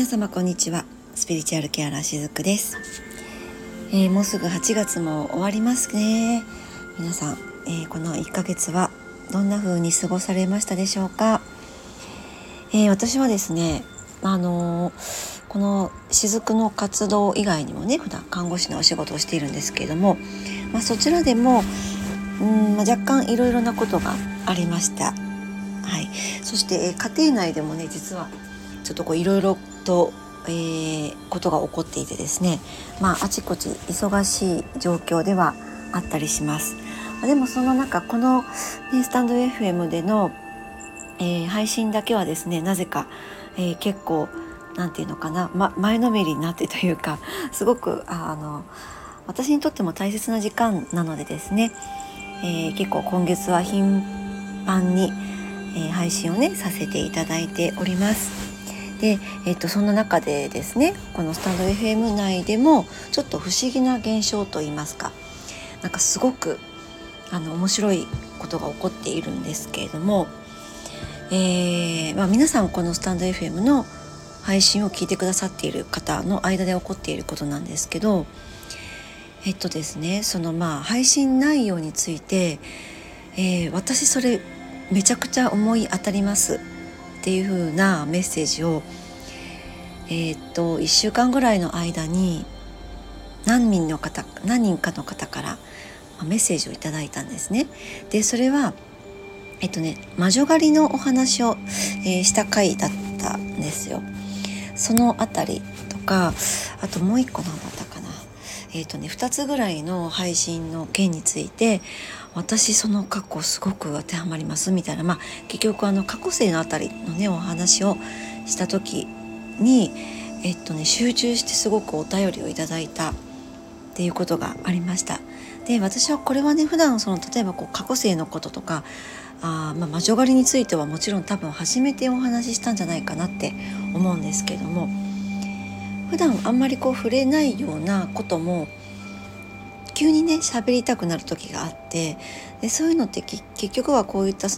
皆様こんにちは。スピリチュアルケアラーしずくです。もうすぐ8月も終わりますね。皆さん、この1ヶ月はどんな風に過ごされましたでしょうか。私はですね、このしずくの活動以外にもね、普段看護師のお仕事をしているんですけれども、そちらでも若干いろいろなことがありました。はい。そして、家庭内でもね、実はちょっといろいろと、ことが起こっていてですね、あちこち忙しい状況ではあったりします。でもその中、この、スタンド FM での、配信だけはですね、なぜか、結構なんていうのかな、前のめりになってというか、すごく私にとっても大切な時間なのでですね、結構今月は頻繁に、配信をねさせていただいております。で、そんな中でですね、このスタンド FM 内でもちょっと不思議な現象といいますか、なんかすごく面白いことが起こっているんですけれども、皆さんこのスタンド FM の配信を聞いてくださっている方の間で起こっていることなんですけど、ですね、その配信内容について、私それめちゃくちゃ思い当たりますっていう風なメッセージを、1週間ぐらいの間に何人かの方からメッセージをいただいたんですね。でそれは魔女狩りのお話を、した回だったんですよ。そのあたりとか、あともう一個何だったかな、2つぐらいの配信の件について、私その過去すごく当てはまりますみたいな、結局過去生のあたりのねお話をした時に集中してすごくお便りをいただいたっていうことがありました。で私はこれはね、普段例えば過去生のこととか魔女狩りについてはもちろん多分初めてお話ししたんじゃないかなって思うんですけども、普段あんまり触れないようなことも急にね喋りたくなる時があって、でそういうのって結局はこういった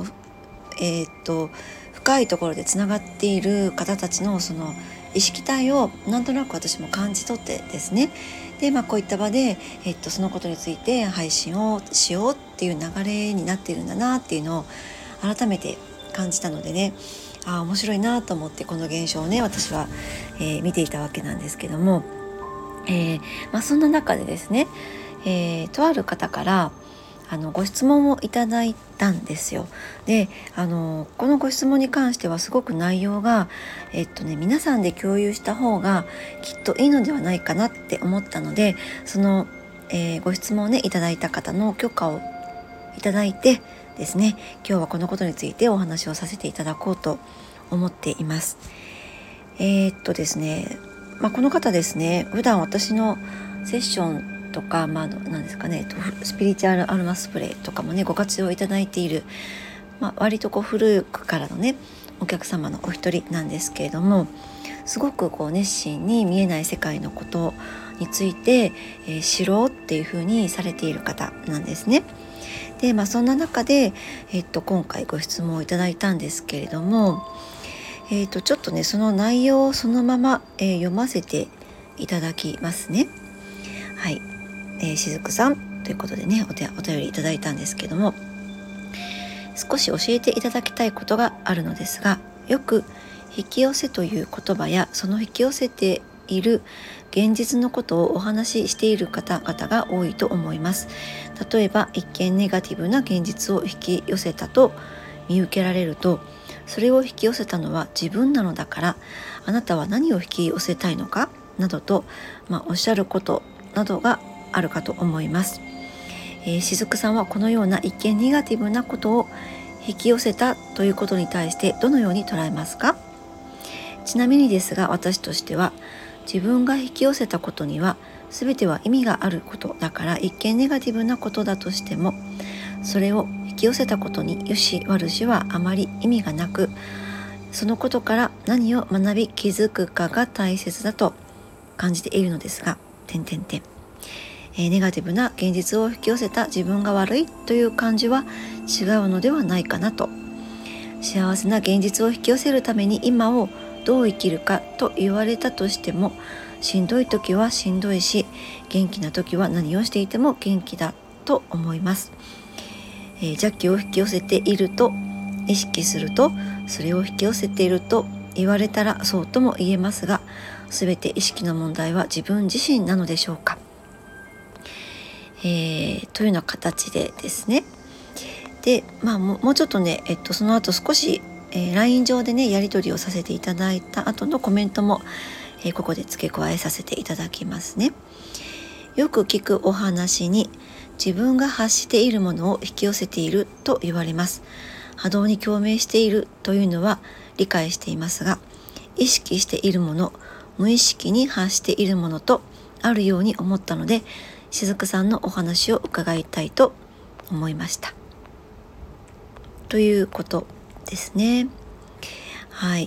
深いところでつながっている方たちのその意識体をなんとなく私も感じ取ってですね、でこういった場で、そのことについて配信をしようっていう流れになっているんだなっていうのを改めて感じたのでね、面白いなと思ってこの現象をね私は、見ていたわけなんですけども、そんな中でですね、とある方からご質問をいただいたんですよ。でこのご質問に関してはすごく内容が皆さんで共有した方がきっといいのではないかなって思ったので、その、ご質問をねいただいた方の許可をいただいてですね、今日はこのことについてお話をさせていただこうと思っています。ですね、この方ですね、普段私のセッションとか、何ですかね、スピリチュアルアロマスプレーとかもねご活用いただいている、割と古くからのねお客様のお一人なんですけれども、すごく熱心に見えない世界のことについて、知ろうっていうふうにされている方なんですね。でそんな中で、今回ご質問をいただいたんですけれども、ちょっとねその内容をそのまま、読ませていただきますね。はい、しずくさんということでねお便りいただいたんですけども、少し教えていただきたいことがあるのですが、よく引き寄せという言葉やその引き寄せている現実のことをお話ししている方々が多いと思います。例えば一見ネガティブな現実を引き寄せたと見受けられると、それを引き寄せたのは自分なのだから、あなたは何を引き寄せたいのかなどと、おっしゃることなどがあるかと思います。しずくさんはこのような一見ネガティブなことを引き寄せたということに対してどのように捉えますか？ちなみにですが、私としては自分が引き寄せたことには全ては意味があることだから、一見ネガティブなことだとしてもそれを引き寄せたことに良し悪しはあまり意味がなく、そのことから何を学び気づくかが大切だと感じているのですが、ネガティブな現実を引き寄せた自分が悪いという感じは違うのではないかなと。幸せな現実を引き寄せるために今をどう生きるかと言われたとしても、しんどい時はしんどいし、元気な時は何をしていても元気だと思います。邪気を引き寄せていると意識すると、それを引き寄せていると言われたらそうとも言えますが、すべて意識の問題は自分自身なのでしょうか。というような形でですね。で、もうちょっとね、その後少し、LINE 上でねやり取りをさせていただいた後のコメントも、ここで付け加えさせていただきますね。よく聞くお話に、自分が発しているものを引き寄せていると言われます。波動に共鳴しているというのは理解していますが、意識しているもの、無意識に発しているものとあるように思ったので、しずくさんのお話を伺いたいと思いました、ということですね。はい。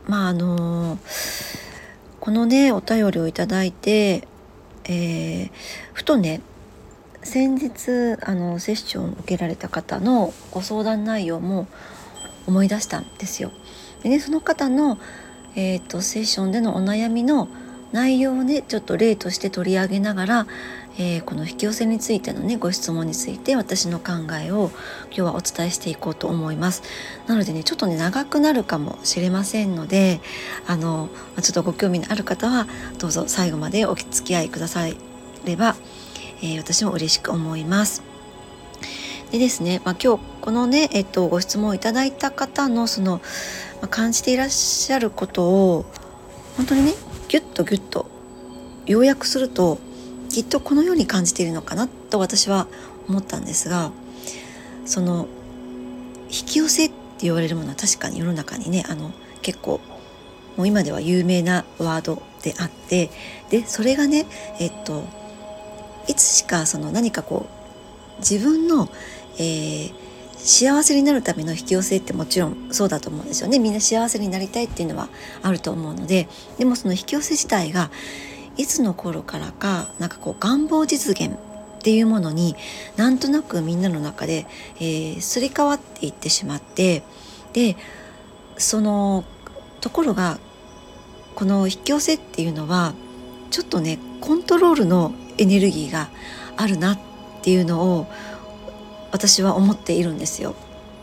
このねお便りをいただいて、ふとね、先日セッションを受けられた方のご相談内容も思い出したんですよ。でね、その方の、セッションでのお悩みの内容をねちょっと例として取り上げながら、この引き寄せについてのねご質問について私の考えを今日はお伝えしていこうと思います。なのでねちょっとね長くなるかもしれませんので、ちょっとご興味のある方はどうぞ最後までお付き合いくだされば、私も嬉しく思います。でですね、今日このね、ご質問をいただいた方のその、感じていらっしゃることを本当にねギュッと要約すると、きっとこのように感じているのかなと私は思ったんですが、その引き寄せって言われるものは確かに世の中にね結構もう今では有名なワードであって、でそれがねいつしかその何かこう自分の、幸せになるための引き寄せってもちろんそうだと思うんですよね。みんな幸せになりたいっていうのはあると思うので、でもその引き寄せ自体がいつの頃からかなんかこう願望実現っていうものになんとなくみんなの中ですり替わっていってしまって、でそのところがこの引き寄せっていうのはちょっとねコントロールのエネルギーがあるなっていうのを私は思っているんですよ。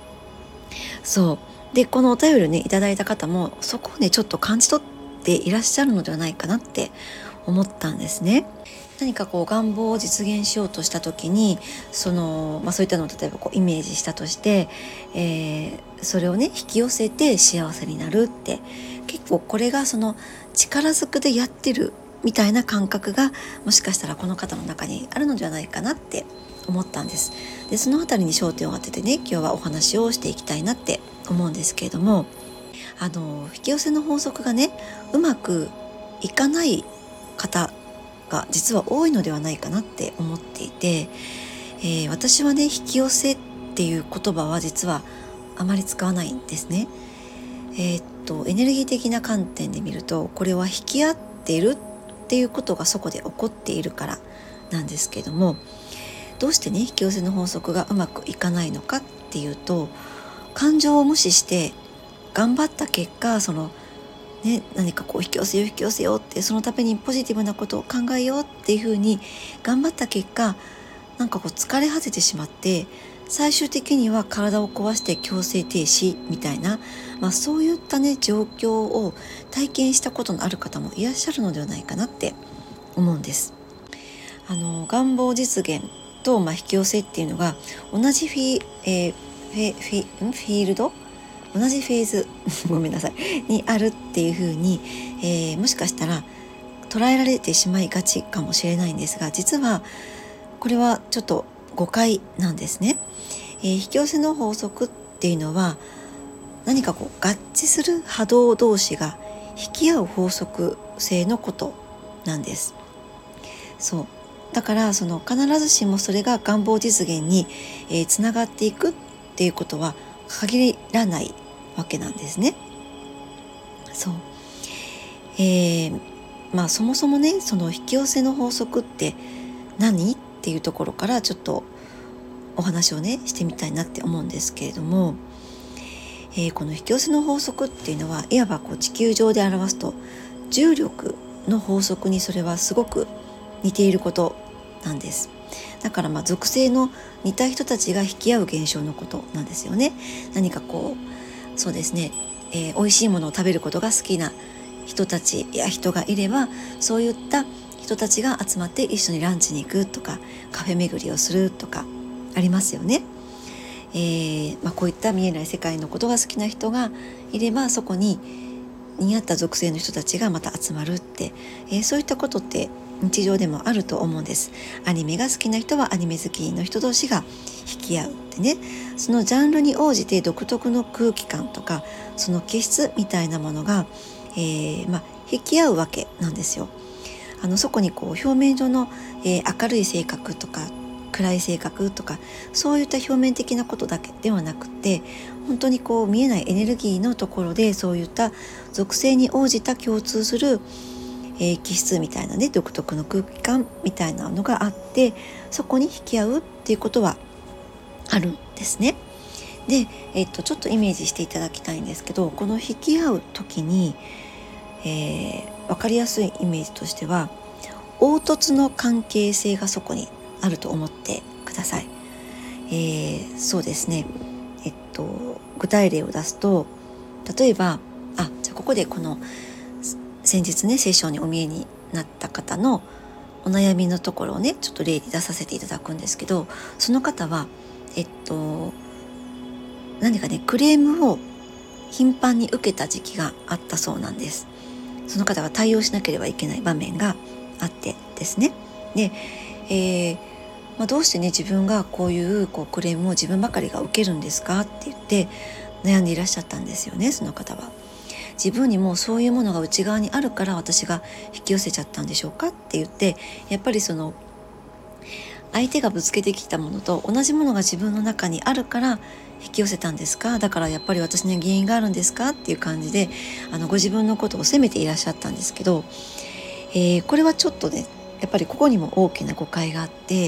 そうでこのお便りをねいただいた方もそこをねちょっと感じ取っていらっしゃるのではないかなって思ったんですね。何かこう願望を実現しようとした時にそういったのを例えばこうイメージしたとして、それをね引き寄せて幸せになるって、結構これがその力ずくでやってるみたいな感覚がもしかしたらこの方の中にあるのではないかなって思ったんです。でそのあたりに焦点を当ててね今日はお話をしていきたいなって思うんですけれども、引き寄せの法則がねうまくいかない方が実は多いのではないかなって思っていて、私はね引き寄せっていう言葉は実はあまり使わないんですね。エネルギー的な観点で見るとこれは引き合っているっていうことがそこで起こっているからなんですけども、どうしてね引き寄せの法則がうまくいかないのかっていうと、感情を無視して頑張った結果何かこう引き寄せようってそのためにポジティブなことを考えようっていうふうに頑張った結果なんかこう疲れ果ててしまって、最終的には体を壊して強制停止みたいな、そういったね状況を体験したことのある方もいらっしゃるのではないかなって思うんです。願望実現と、引き寄せっていうのが同じフィールド同じフェーズごめんなさいにあるっていう風に、もしかしたら捉えられてしまいがちかもしれないんですが、実はこれはちょっと誤解なんですね。引き寄せの法則っていうのは何かこう合致する波動同士が引き合う法則性のことなんです。そうだから必ずしもそれが願望実現に、つながっていくっていうことは限らないわけなんですね。そう、そもそもねその引き寄せの法則って何っていうところからちょっとお話をねしてみたいなって思うんですけれども、 この引き寄せの法則っていうのはいわば地球上で表すと重力の法則にそれはすごく似ていることなんです。だから属性の似た人たちが引き合う現象のことなんですよね。何かそうですね、美味しいものを食べることが好きな人たちや人がいれば、そういった人たちが集まって一緒にランチに行くとかカフェ巡りをするとかありますよね。こういった見えない世界のことが好きな人がいれば、そこに似合った属性の人たちがまた集まるって、そういったことって日常でもあると思うんです。アニメが好きな人はアニメ好きの人同士が引き合うってね、そのジャンルに応じて独特の空気感とかその気質みたいなものが、引き合うわけなんですよ。そこに表面上の、明るい性格とか暗い性格とかそういった表面的なことだけではなくて、本当に見えないエネルギーのところでそういった属性に応じた共通する、気質みたいなね、独特の空気感みたいなのがあって、そこに引き合うっていうことはあるんですね。で、ちょっとイメージしていただきたいんですけど、この引き合う時に、分かりやすいイメージとしては凹凸の関係性がそこにあると思ってください。そうですね、具体例を出すと、例えばじゃあここでこの先日ねセッションにお見えになった方のお悩みのところをねちょっと例に出させていただくんですけど、その方は何かねクレームを頻繁に受けた時期があったそうなんです。その方が対応しなければいけない場面があってですね。で、どうしてね自分がこういうクレームを自分ばかりが受けるんですかって言って悩んでいらっしゃったんですよね。その方は自分にもそういうものが内側にあるから私が引き寄せちゃったんでしょうかって言って、やっぱりその相手がぶつけてきたものと同じものが自分の中にあるから引き寄せたんですか、だからやっぱり私に原因があるんですかっていう感じでご自分のことを責めていらっしゃったんですけど、これはちょっとねやっぱりここにも大きな誤解があって、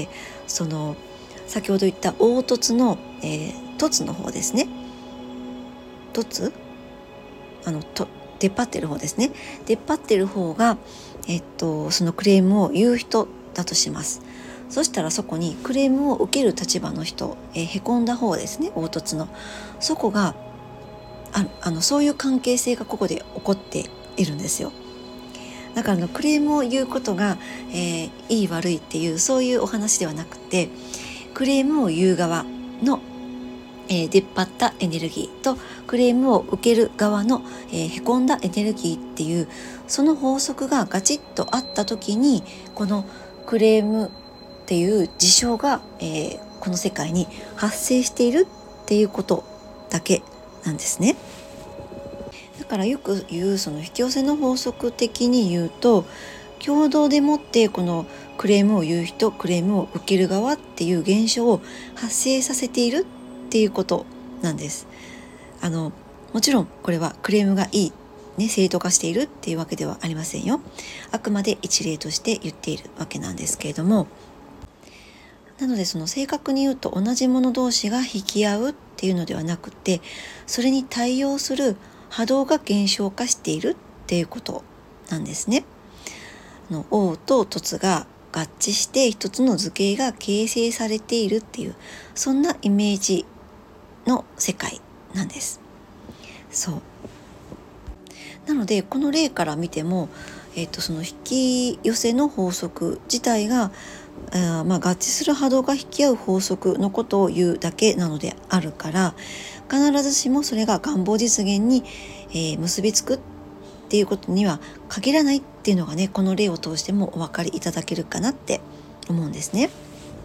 その先ほど言った凹凸の、凸の方ですね。凸出っ張ってる方ですね。出っ張ってる方が、そのクレームを言う人だとします。そしたらそこにクレームを受ける立場の人、へこんだ方ですね、凹凸のそこがそういう関係性がここで起こっているんですよ。だからクレームを言うことが、いい悪いっていうそういうお話ではなくて、クレームを言う側の、出っ張ったエネルギーとクレームを受ける側の、へこんだエネルギーっていうその法則がガチッとあった時に、このクレームっていう事象が、この世界に発生しているっていうことだけなんですね。だからよく言うその引き寄せの法則的に言うと、共同でもってこのクレームを言う人、クレームを受ける側っていう現象を発生させているっていうことなんです。もちろんこれはクレームがいい、ね、正当化しているっていうわけではありませんよ。あくまで一例として言っているわけなんですけれども、なのでその正確に言うと同じもの同士が引き合うっていうのではなくて、それに対応する波動が減少化しているっていうことなんですね。凹と凸が合致して一つの図形が形成されているっていう、そんなイメージの世界なんです。そうなのでこの例から見ても、その引き寄せの法則自体が合致する波動が引き合う法則のことを言うだけなのであるから、必ずしもそれが願望実現に、結びつくっていうことには限らないっていうのがね、この例を通してもお分かりいただけるかなって思うんですね。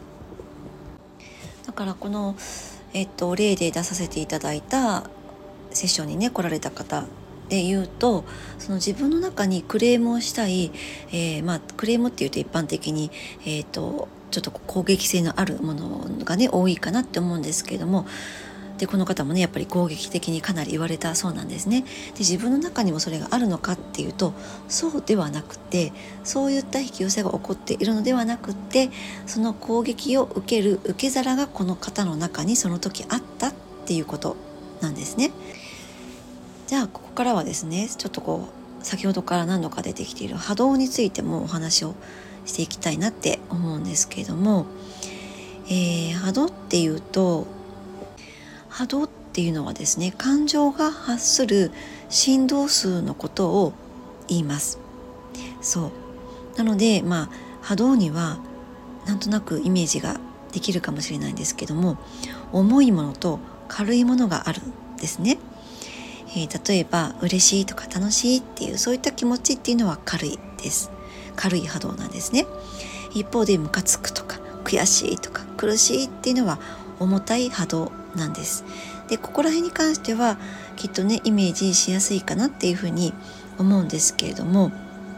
だからこの、例で出させていただいたセッションにね来られた方で言うと、その自分の中にクレームをしたい、クレームっていうと一般的に、ちょっと攻撃性のあるものがね多いかなって思うんですけれども、でこの方もねやっぱり攻撃的にかなり言われたそうなんですね。で自分の中にもそれがあるのかっていうとそうではなくて、そういった引き寄せが起こっているのではなくて、その攻撃を受ける受け皿がこの方の中にその時あったっていうことなんですね。 じゃあここからはですね、ちょっと先ほどから何度か出てきている波動についてもお話をしていきたいなって思うんですけれども、波動っていうと、波動っていうのはですね、感情が発する振動数のことを言います。そうなので、波動にはなんとなくイメージができるかもしれないんですけども、重いものと軽いものがあるんですね。例えば嬉しいとか楽しいっていう、そういった気持ちっていうのは軽いです。軽い波動なんですね。一方でムカつくとか悔しいとか苦しいっていうのは重たい波動なんです。でここら辺に関してはきっとね、イメージしやすいかなっていうふうに思うんですけれども、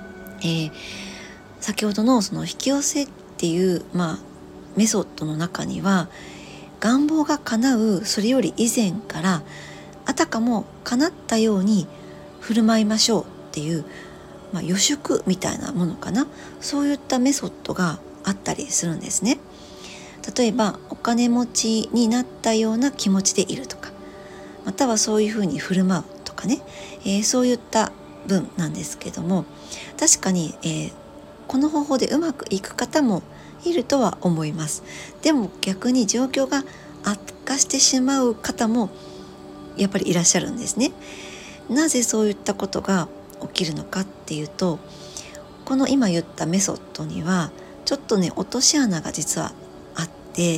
先ほどのその引き寄せっていう、メソッドの中には、願望が叶うそれより以前からあたかも叶ったように振る舞いましょうっていう、予祝みたいなものかな、そういったメソッドがあったりするんですね。例えばお金持ちになったような気持ちでいるとか、またはそういうふうに振る舞うとかね、そういった文なんですけども、確かに、この方法でうまくいく方もいるとは思います。でも逆に状況が悪化してしまう方もやっぱりいらっしゃるんですね。なぜそういったことが起きるのかっていうと、この今言ったメソッドにはちょっとね、落とし穴が実はあって、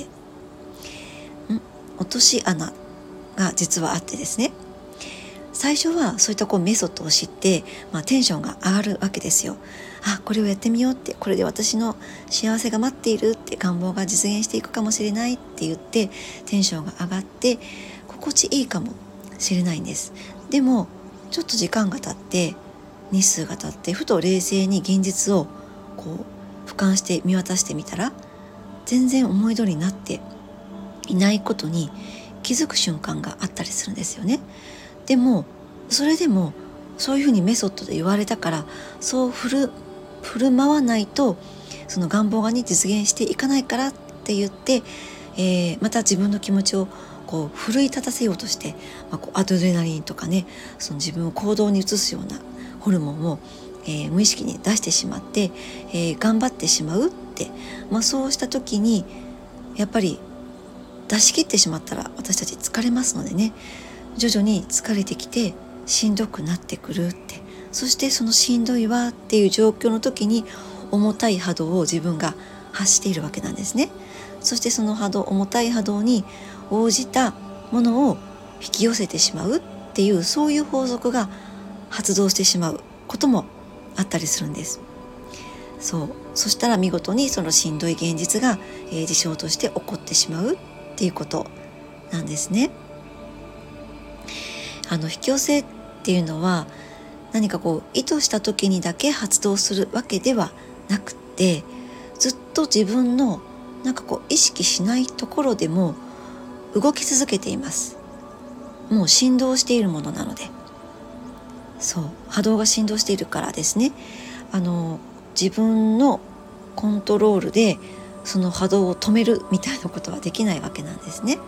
落とし穴が実はあってですね、最初はそういったメソッドを知って、テンションが上がるわけですよ。これをやってみようって、これで私の幸せが待っているって、願望が実現していくかもしれないって言ってテンションが上がって心地いいかもしれないんです。でもちょっと時間が経って、日数が経って、ふと冷静に現実を俯瞰して見渡してみたら、全然思い通りになっていないことに気づく瞬間があったりするんですよね。でもそれでもそういうふうにメソッドで言われたから、そう振る舞わないとその願望が実現していかないからって言って、また自分の気持ちを奮い立たせようとして、アドレナリンとかね、その自分を行動に移すようなホルモンを、無意識に出してしまって、頑張ってしまうって、そうした時にやっぱり出し切ってしまったら私たち疲れますのでね、徐々に疲れてきてしんどくなってくるって、そしてそのしんどいわっていう状況の時に重たい波動を自分が発しているわけなんですね。そしてその重たい波動に応じたものを引き寄せてしまうっていう、そういう法則が発動してしまうこともあったりするんです。そしたら見事にそのしんどい現実が、事象として起こってしまうっていうことなんですね。引き寄せっていうのは何か意図した時にだけ発動するわけではなくて、ずっと自分の意識しないところでも動き続けています。もう振動しているものなので、波動が振動しているからですね、自分のコントロールでその波動を止めるみたいなことはできないわけなんですね。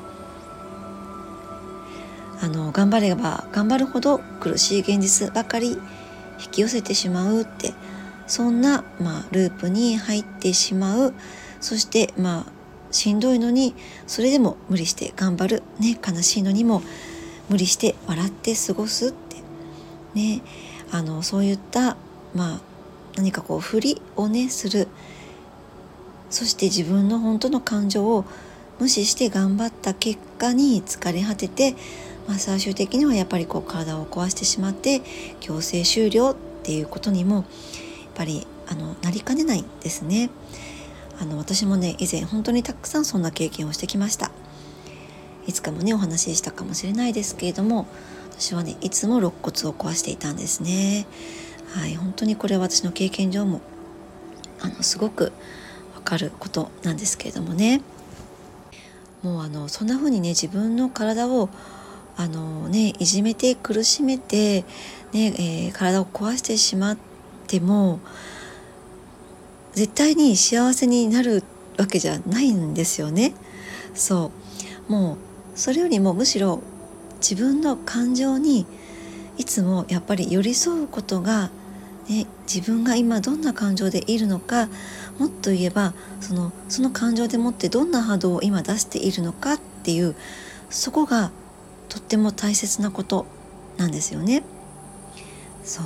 頑張れば頑張るほど苦しい現実ばかり引き寄せてしまうって、そんな、ループに入ってしまう。そしてしんどいのにそれでも無理して頑張る、悲しいのにも無理して笑って過ごすってね、そういった何か振りをする。そして自分の本当の感情を無視して頑張った結果に疲れ果てて、最終的にはやっぱり体を壊してしまって強制終了っていうことにもやっぱりなりかねないんですね。私もね、以前本当にたくさんそんな経験をしてきました。いつかもねお話ししたかもしれないですけれども、私はねいつも肋骨を壊していたんですね。本当にこれは私の経験上もすごくわかることなんですけれどもね、もうそんな風にね自分の体をいじめて苦しめて、体を壊してしまっても絶対に幸せになるわけじゃないんですよね。もうそれよりもむしろ自分の感情にいつもやっぱり寄り添うことが、ね、自分が今どんな感情でいるのか、もっと言えばその感情でもってどんな波動を今出しているのかっていう、そこがとっても大切なことなんですよね。そう、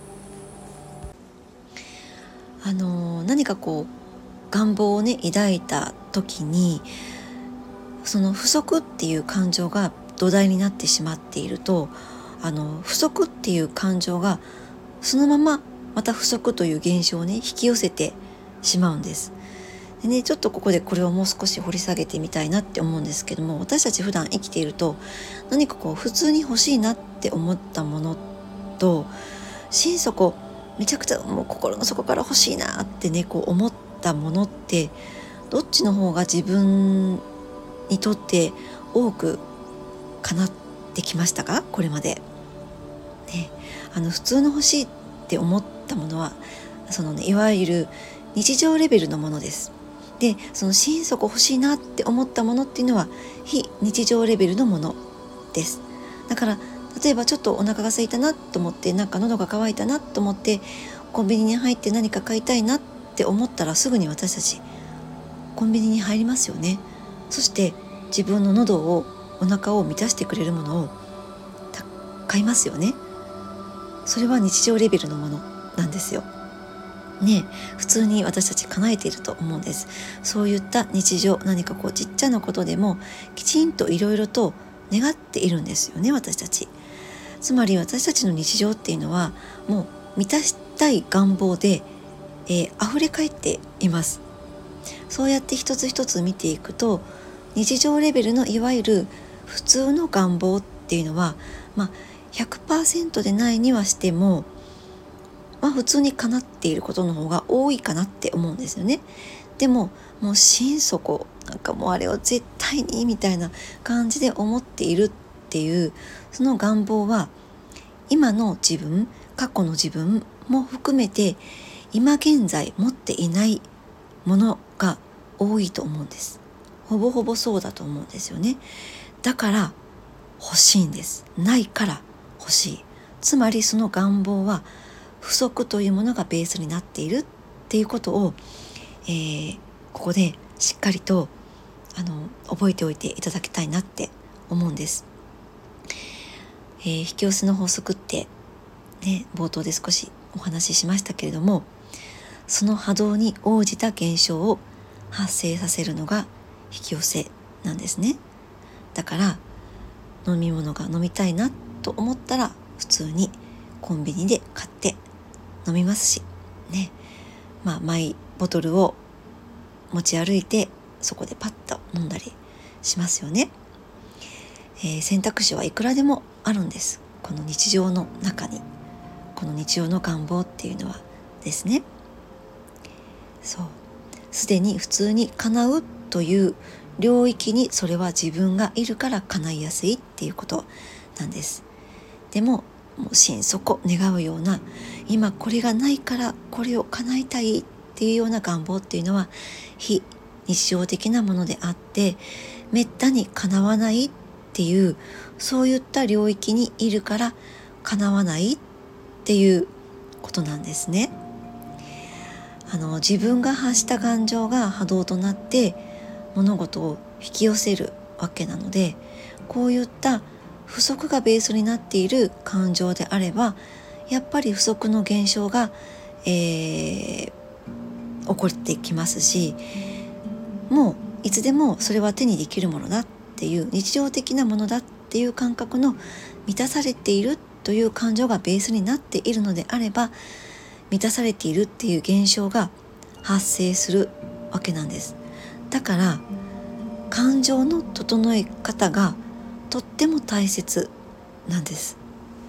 何か願望をね抱いた時に、その不足っていう感情が土台になってしまっていると、不足っていう感情がそのまままた不足という現象をね引き寄せてしまうんです。でね、ちょっとここでこれをもう少し掘り下げてみたいなって思うんですけども、私たち普段生きていると何か普通に欲しいなって思ったものと、心底めちゃくちゃもう心の底から欲しいなってね思ったものって、どっちの方が自分にとって多く叶ってきましたか、これまで。ね、普通の欲しいって思ったものはいわゆる日常レベルのものです。で、その心底欲しいなって思ったものっていうのは非日常レベルのものです。だから例えばちょっとお腹が空いたなと思って、なんか喉が渇いたなと思ってコンビニに入って何か買いたいなって思ったら、すぐに私たちコンビニに入りますよね。そして自分の喉をお腹を満たしてくれるものを買いますよね。それは日常レベルのものなんですよね。普通に私たち叶えていると思うんです。そういった日常、何かちっちゃなことでもきちんといろいろと願っているんですよね、私たち。つまり私たちの日常っていうのはもう満たしたい願望で、溢れ返っています。そうやって一つ一つ見ていくと、日常レベルのいわゆる普通の願望っていうのは、100% でないにはしても、普通に叶っていることの方が多いかなって思うんですよね。でももう心底なんかもうあれを絶対にみたいな感じで思っているっていう、その願望は今の自分、過去の自分も含めて今現在持っていないものが多いと思うんです。ほぼほぼそうだと思うんですよね。だから欲しいんです。ないから欲しい。つまりその願望は不足というものがベースになっているっていうことを、ここでしっかりと覚えておいていただきたいなって思うんです。引き寄せの法則ってね、冒頭で少しお話ししましたけれども、その波動に応じた現象を発生させるのが引き寄せなんですね。だから飲み物が飲みたいなと思ったら普通にコンビニで買って飲みますしね、マイボトルを持ち歩いてそこでパッと飲んだりしますよね。選択肢はいくらでもあるんです。この日常の中に、この日常の願望っていうのはですね。そう、すでに普通に叶うという領域にそれは自分がいるから叶いやすいっていうことなんです。でももう心底願うような、今これがないからこれを叶えたいっていうような願望っていうのは非日常的なものであって、めったに叶わないっていう、そういった領域にいるから叶わないっていうことなんですね。自分が発した感情が波動となって物事を引き寄せるわけなので、こういった不足がベースになっている感情であれば、やっぱり不足の現象が、起こってきますし、もういつでもそれは手にできるものだっていう、日常的なものだっていう感覚の満たされているという感情がベースになっているのであれば、満たされているっていう現象が発生するわけなんです。だから感情の整え方がとっても大切なんです。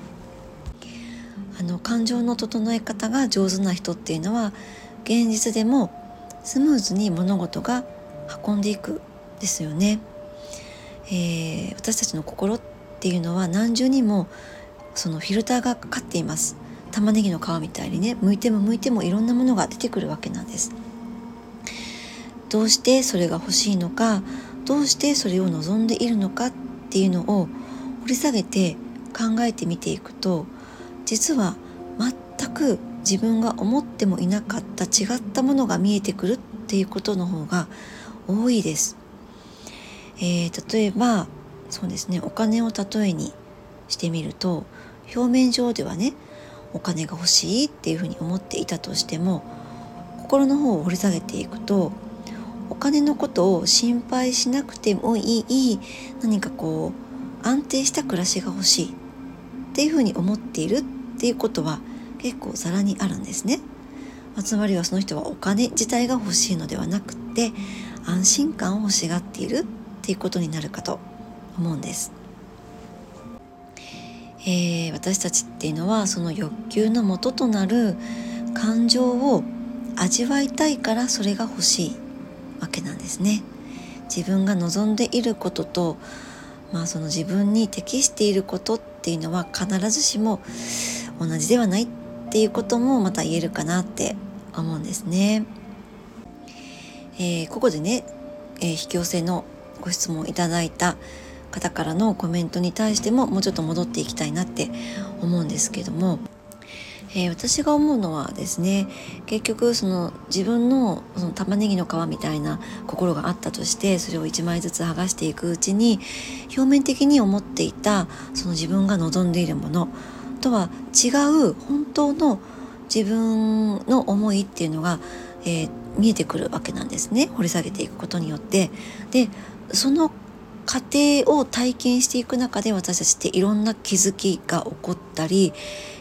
感情の整え方が上手な人っていうのは、現実でもスムーズに物事が運んでいくですよね。私たちの心っていうのは何重にもそのフィルターがかかっています。玉ねぎの皮みたいにね、剥いても剥いてもいろんなものが出てくるわけなんです。どうしてそれが欲しいのか、どうしてそれを望んでいるのかっていうのを掘り下げて考えてみていくと、実は全く自分が思ってもいなかった違ったものが見えてくるっていうことの方が多いです。例えばそうですね、お金を例えにしてみると、表面上ではね、お金が欲しいっていうふうに思っていたとしても、心の方を掘り下げていくと、お金のことを心配しなくてもいい、何か安定した暮らしが欲しいっていうふうに思っているっていうことは結構ざらにあるんですね。つまりはその人はお金自体が欲しいのではなくて、安心感を欲しがっているっていうことになるかと思うんです。私たちっていうのはその欲求の元となる感情を味わいたいから、それが欲しいわけなんですね。自分が望んでいることと、その自分に適していることっていうのは必ずしも同じではないっていうこともまた言えるかなって思うんですね。ここでね、引き寄せのご質問をいただいた方からのコメントに対してももうちょっと戻っていきたいなって思うんですけども、私が思うのはですね、結局その自分のその玉ねぎの皮みたいな心があったとして、それを一枚ずつ剥がしていくうちに、表面的に思っていたその自分が望んでいるものとは違う本当の自分の思いっていうのが、見えてくるわけなんですね。掘り下げていくことによって。で、その過程を体験していく中で、私たちっていろんな気づきが起こったり、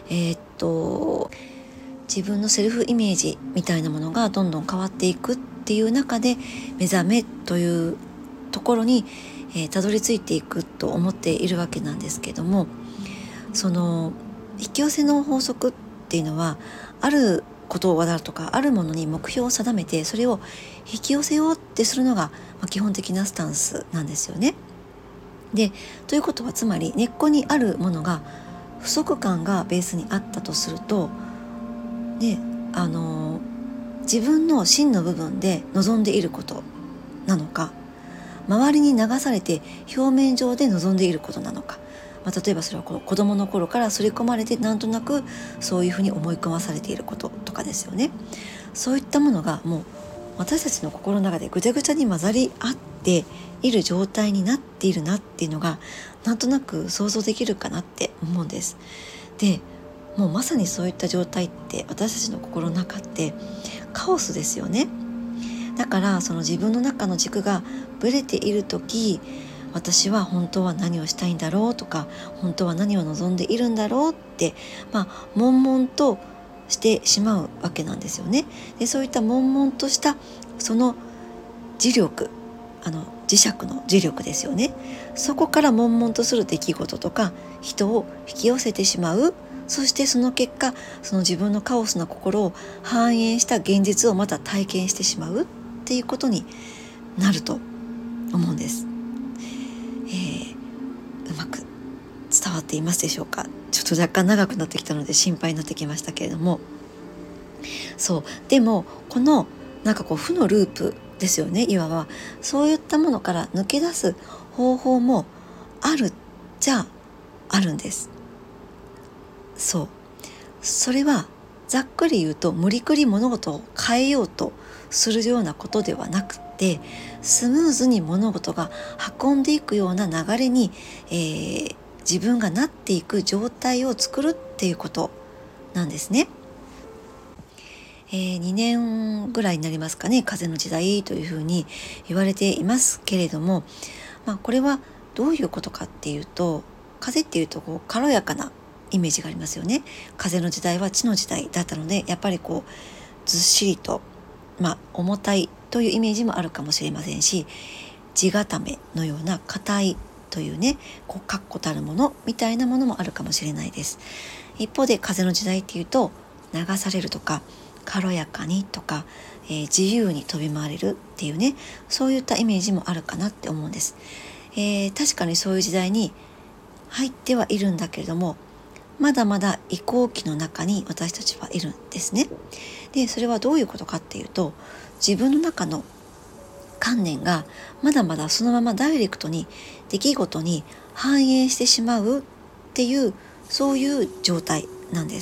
自分のセルフイメージみたいなものがどんどん変わっていくっていう中で、目覚めというところにたどり着いていくと思っているわけなんですけども、その引き寄せの法則っていうのは、あることだとかあるものに目標を定めて、それを引き寄せようってするのが、基本的なスタンスなんですよね。で、ということは、つまり根っこにあるものが不足感がベースにあったとすると、で自分の真の部分で望んでいることなのか、周りに流されて表面上で望んでいることなのか、例えばそれは子供の頃から刷り込まれて、なんとなくそういうふうに思い込まされていることとかですよね。そういったものがもう私たちの心の中でぐちゃぐちゃに混ざり合っている状態になっているなっていうのが、なんとなく想像できるかなって思うんです。で、もうまさにそういった状態って私たちの心の中ってカオスですよね。だからその自分の中の軸がぶれている時、私は本当は何をしたいんだろうとか、本当は何を望んでいるんだろうって、悶々としてしまうわけなんですよね。で、そういった悶々としたその磁力、磁石の磁力ですよね。そこから悶々とする出来事とか人を引き寄せてしまう。そしてその結果、その自分のカオスな心を反映した現実をまた体験してしまうっていうことになると思うんです。うまく伝わっていますでしょうか。ちょっと若干長くなってきたので心配になってきましたけれども、そうでもこの負のループですよね。いわばそういったものから抜け出す方法もあるじゃあるんです。それはざっくり言うと、無理くり物事を変えようとするようなことではなくて、スムーズに物事が運んでいくような流れに、自分がなっていく状態を作るっていうことなんですね。2年ぐらいになりますかね、風の時代というふうに言われていますけれども、これはどういうことかっていうと、風っていうと軽やかなイメージがありますよね。風の時代は地の時代だったので、やっぱりずっしりと、重たいというイメージもあるかもしれませんし、地固めのような硬いというね、確固たるものみたいなものもあるかもしれないです。一方で風の時代っていうと、流されるとか軽やかにとか、自由に飛び回れるっていうね、そういったイメージもあるかなって思うんです。確かにそういう時代に入ってはいるんだけれども、まだまだ移行期の中に私たちはいるんですね。で、それはどういうことかっていうと、自分の中の観念がまだまだそのままダイレクトに出来事に反映してしまうっていう、そういう状態なんです。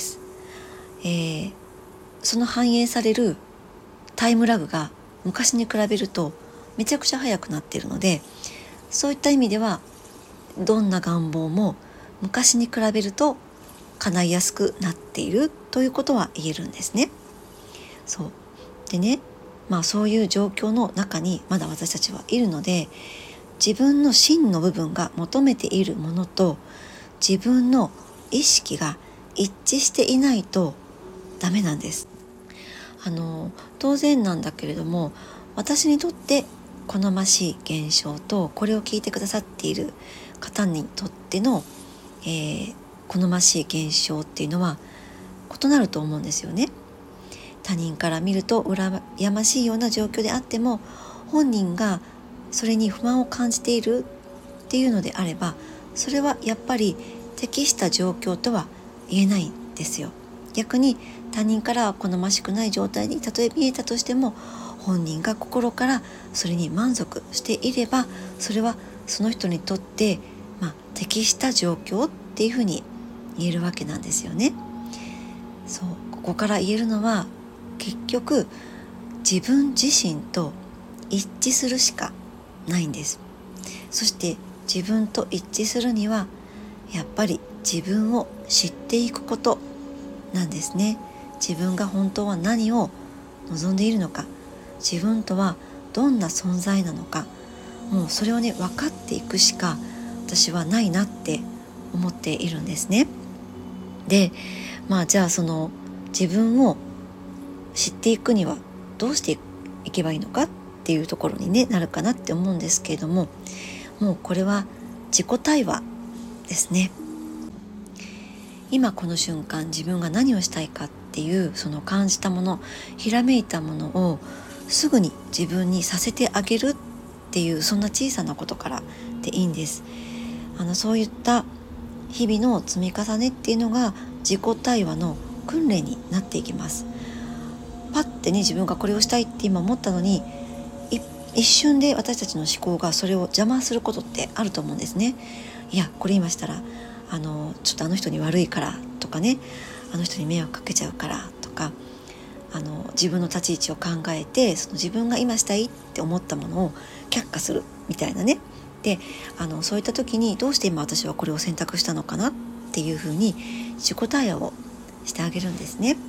その反映されるタイムラグが昔に比べるとめちゃくちゃ早くなっているので、そういった意味ではどんな願望も昔に比べると叶いやすくなっているということは言えるんですね。そうでね、そういう状況の中にまだ私たちはいるので、自分の真の部分が求めているものと自分の意識が一致していないとダメなんです。当然なんだけれども、私にとって好ましい現象と、これを聞いてくださっている方にとっての、好ましい現象っていうのは異なると思うんですよね。他人から見ると羨ましいような状況であっても、本人がそれに不満を感じているっていうのであれば、それはやっぱり適した状況とは言えないんですよ。逆に他人から好ましくない状態にたとえ見えたとしても、本人が心からそれに満足していれば、それはその人にとって、適した状況っていうふうに言えるわけなんですよね。そう、ここから言えるのは、結局自分自身と一致するしかないんです。そして自分と一致するにはやっぱり自分を知っていくことなんですね。自分が本当は何を望んでいるのか、自分とはどんな存在なのか、もうそれをね分かっていくしか私はないなって思っているんですね。で、じゃあその自分を知っていくにはどうしていけばいいのかっていうところに、なるかなって思うんですけれども、もうこれは自己対話ですね。今この瞬間自分が何をしたいかっていう、その感じたもの、ひらめいたものをすぐに自分にさせてあげるっていう、そんな小さなことからでいいんです。そういった日々の積み重ねっていうのが自己対話の訓練になっていきます。パッてね、自分がこれをしたいって今思ったのに、一瞬で私たちの思考がそれを邪魔することってあると思うんですね。いや、これ今したらちょっとあの人に悪いからとかね、あの人に迷惑かけちゃうからとか、自分の立ち位置を考えて、その自分が今したいって思ったものを却下するみたいなね。で、そういった時にどうして今私はこれを選択したのかなっていうふうに自己対話をしてあげるんですね。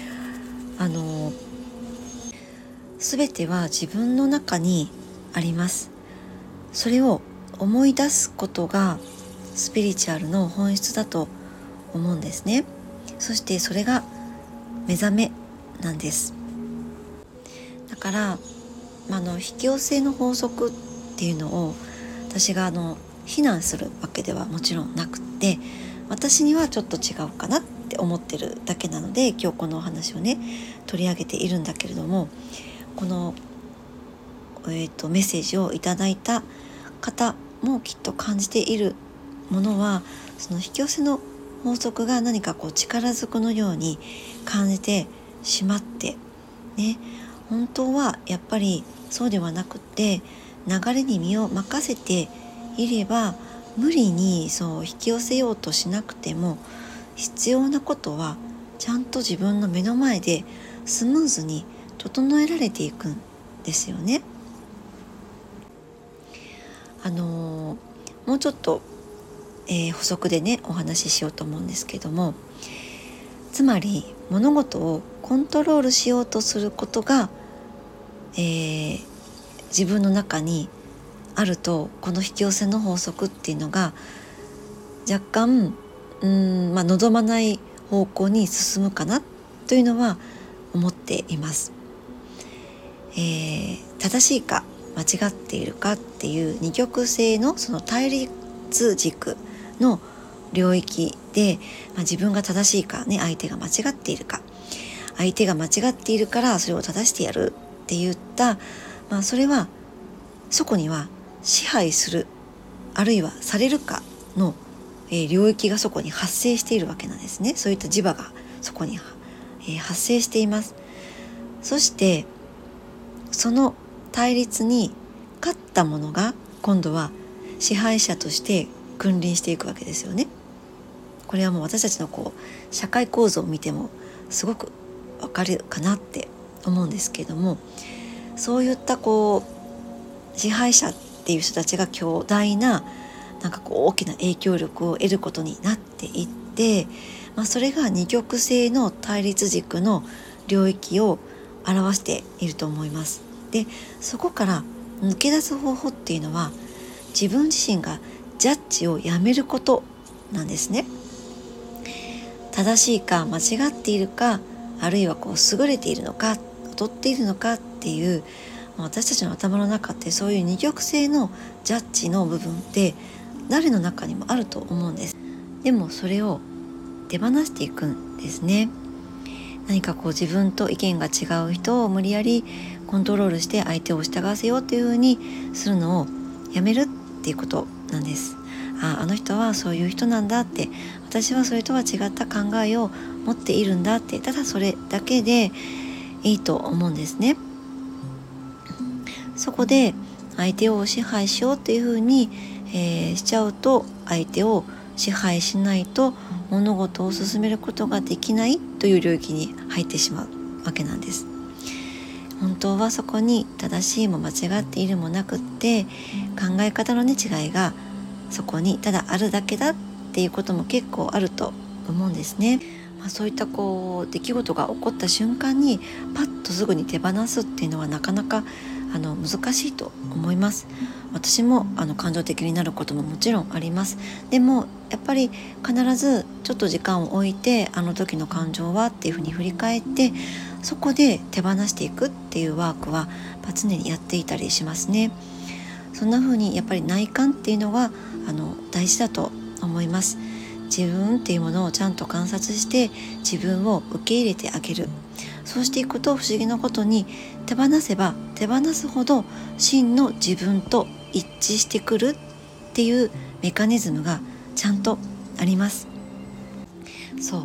全ては自分の中にあります。それを思い出すことがスピリチュアルの本質だと思うんですね。そしてそれが目覚めなんです。だから引き寄せの法則っていうのを私が非難するわけではもちろんなくって、私にはちょっと違うかなって思ってるだけなので、今日このお話をね取り上げているんだけれども、この、メッセージをいただいた方もきっと感じているものは、その引き寄せの法則が何か力ずくのように感じてしまってね、本当はやっぱりそうではなくって、流れに身を任せていれば、無理にそう引き寄せようとしなくても、必要なことはちゃんと自分の目の前でスムーズに整えられていくんですよね。もうちょっと、補足でねお話ししようと思うんですけども、つまり物事をコントロールしようとすることが、自分の中にあると、この引き寄せの法則っていうのが若干望まない方向に進むかなというのは思っています。正しいか間違っているかっていう二極性のその対立軸の領域で、自分が正しいかね、相手が間違っているか、相手が間違っているからそれを正してやるって言った、それはそこには支配するあるいはされるかの、領域がそこに発生しているわけなんですね。そういった磁場がそこに、発生しています。そしてその対立に勝ったものが今度は支配者として君臨していくわけですよね。 これはもう私たちの社会構造を見てもすごくわかるかなって思うんですけれども、そういった支配者っていう人たちが強大な大きな影響力を得ることになっていって、それが二極性の対立軸の領域を表していると思います。で、そこから抜け出す方法っていうのは、自分自身がジャッジをやめることなんですね。正しいか間違っているか、あるいは優れているのか劣っているのかっていう、私たちの頭の中ってそういう二極性のジャッジの部分って誰の中にもあると思うんです。でもそれを手放していくんですね。何か自分と意見が違う人を無理やりコントロールして相手を従わせようっていう風にするのをやめるっていうことなんです。あの人はそういう人なんだって、私はそれとは違った考えを持っているんだって、ただそれだけでいいと思うんですね。そこで相手を支配しようっていう風に、しちゃうと、相手を支配しないと物事を進めることができないという領域に入ってしまうわけなんです。本当はそこに正しいも間違っているもなくって、考え方の違いがそこにただあるだけだっていうことも結構あると思うんですね。そういった出来事が起こった瞬間にパッとすぐに手放すっていうのはなかなか難しいと思います。私も感情的になることももちろんあります。でもやっぱり必ずちょっと時間を置いて、あの時の感情はっていうふうに振り返って、そこで手放していくっていうワークは常にやっていたりしますね。そんな風にやっぱり内観っていうのは大事だと思います。自分っていうものをちゃんと観察して自分を受け入れてあげる。そうしていくと、不思議なことに手放せば手放すほど真の自分と一致してくるっていうメカニズムがちゃんとあります。そう、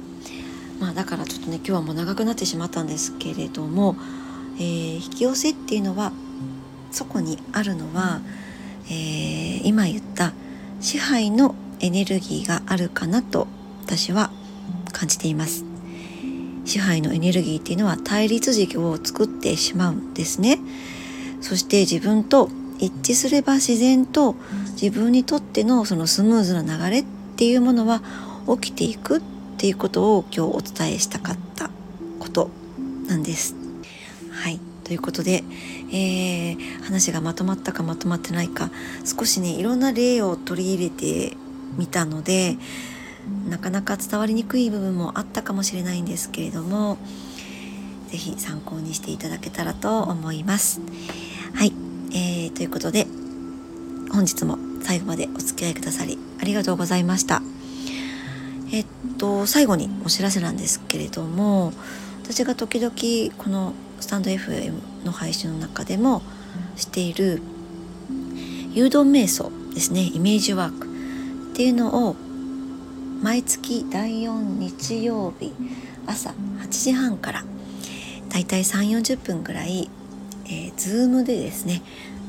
だからちょっとね、今日はもう長くなってしまったんですけれども、引き寄せっていうのは、そこにあるのは、今言った支配のエネルギーがあるかなと私は感じています。支配のエネルギーっていうのは対立軸を作ってしまうんですね。そして自分と一致すれば自然と自分にとってのそのスムーズな流れっていうものは起きていくっていうことを今日お伝えしたかったことなんです。はい、ということで、話がまとまったかまとまってないか、少しねいろんな例を取り入れてみたので、なかなか伝わりにくい部分もあったかもしれないんですけれども、ぜひ参考にしていただけたらと思います。はい、ということで本日も最後までお付き合いくださりありがとうございました。最後にお知らせなんですけれども、私が時々このスタンド FM の配信の中でもしている誘導瞑想ですね、イメージワークっていうのを毎月第4日曜日朝8時半からだいたい 3,40 分ぐらい、Zoom でですね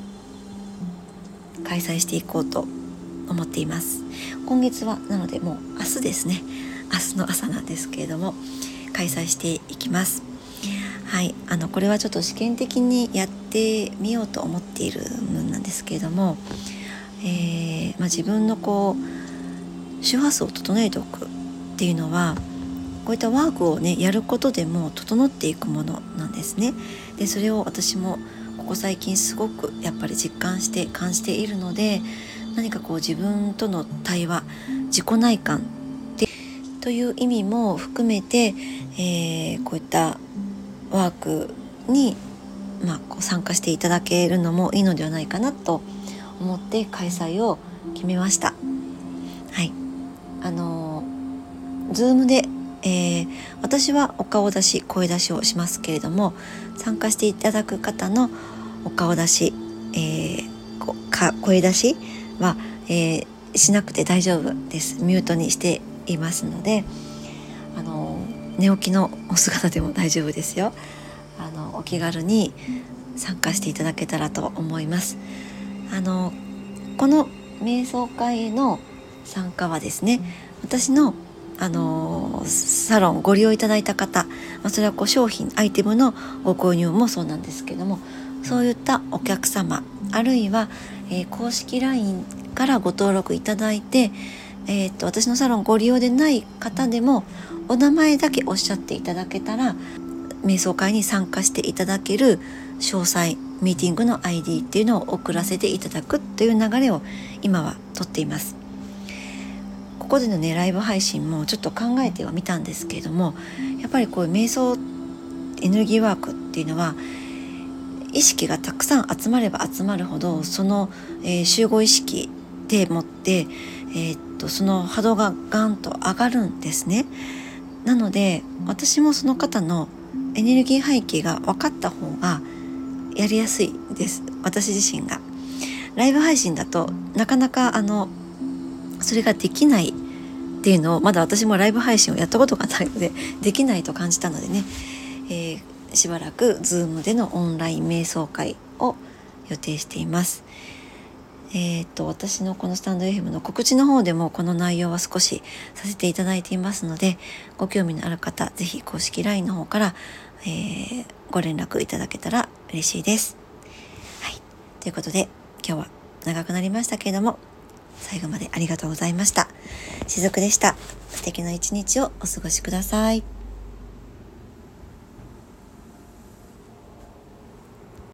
開催していこうと思っています。今月はなのでもう明日ですね、明日の朝なんですけれども開催していきます。はい、これはちょっと試験的にやってみようと思っているものなんですけれども、自分の周波数を整えておくっていうのは、こういったワークをねやることでも整っていくものなんですね。でそれを私もここ最近すごくやっぱり実感して感じているので、何か自分との対話、自己内観という意味も含めて、こういったワークに、参加していただけるのもいいのではないかなと思って開催を決めました。はい、Zoom で、私はお顔出し声出しをしますけれども、参加していただく方のお顔出し、声出しは、しなくて大丈夫です。ミュートにしていますので、寝起きのお姿でも大丈夫ですよ。お気軽に参加していただけたらと思います。この瞑想会への参加はですね、私のサロンご利用いただいた方、それは商品アイテムのご購入もそうなんですけども、そういったお客様、あるいは、公式 LINE からご登録いただいて、私のサロンご利用でない方でもお名前だけおっしゃっていただけたら、瞑想会に参加していただける詳細、ミーティングの ID っていうのを送らせていただくという流れを今はとっています。ここでのねライブ配信もちょっと考えてはみたんですけれども、やっぱりこういう瞑想エネルギーワークっていうのは、意識がたくさん集まれば集まるほど、その、集合意識でもって、その波動がガンと上がるんですね。なので私もその方のエネルギー背景が分かった方がやりやすいです。私自身がライブ配信だとなかなかそれができないっていうのを、まだ私もライブ配信をやったことがないのでできないと感じたのでね、しばらく Zoom でのオンライン瞑想会を予定しています。私のこのスタンド FM の告知の方でもこの内容は少しさせていただいていますので、ご興味のある方ぜひ公式 LINE の方から、ご連絡いただけたら嬉しいです。はい、ということで今日は長くなりましたけれども、最後までありがとうございました。しずくでした。素敵な一日をお過ごしください。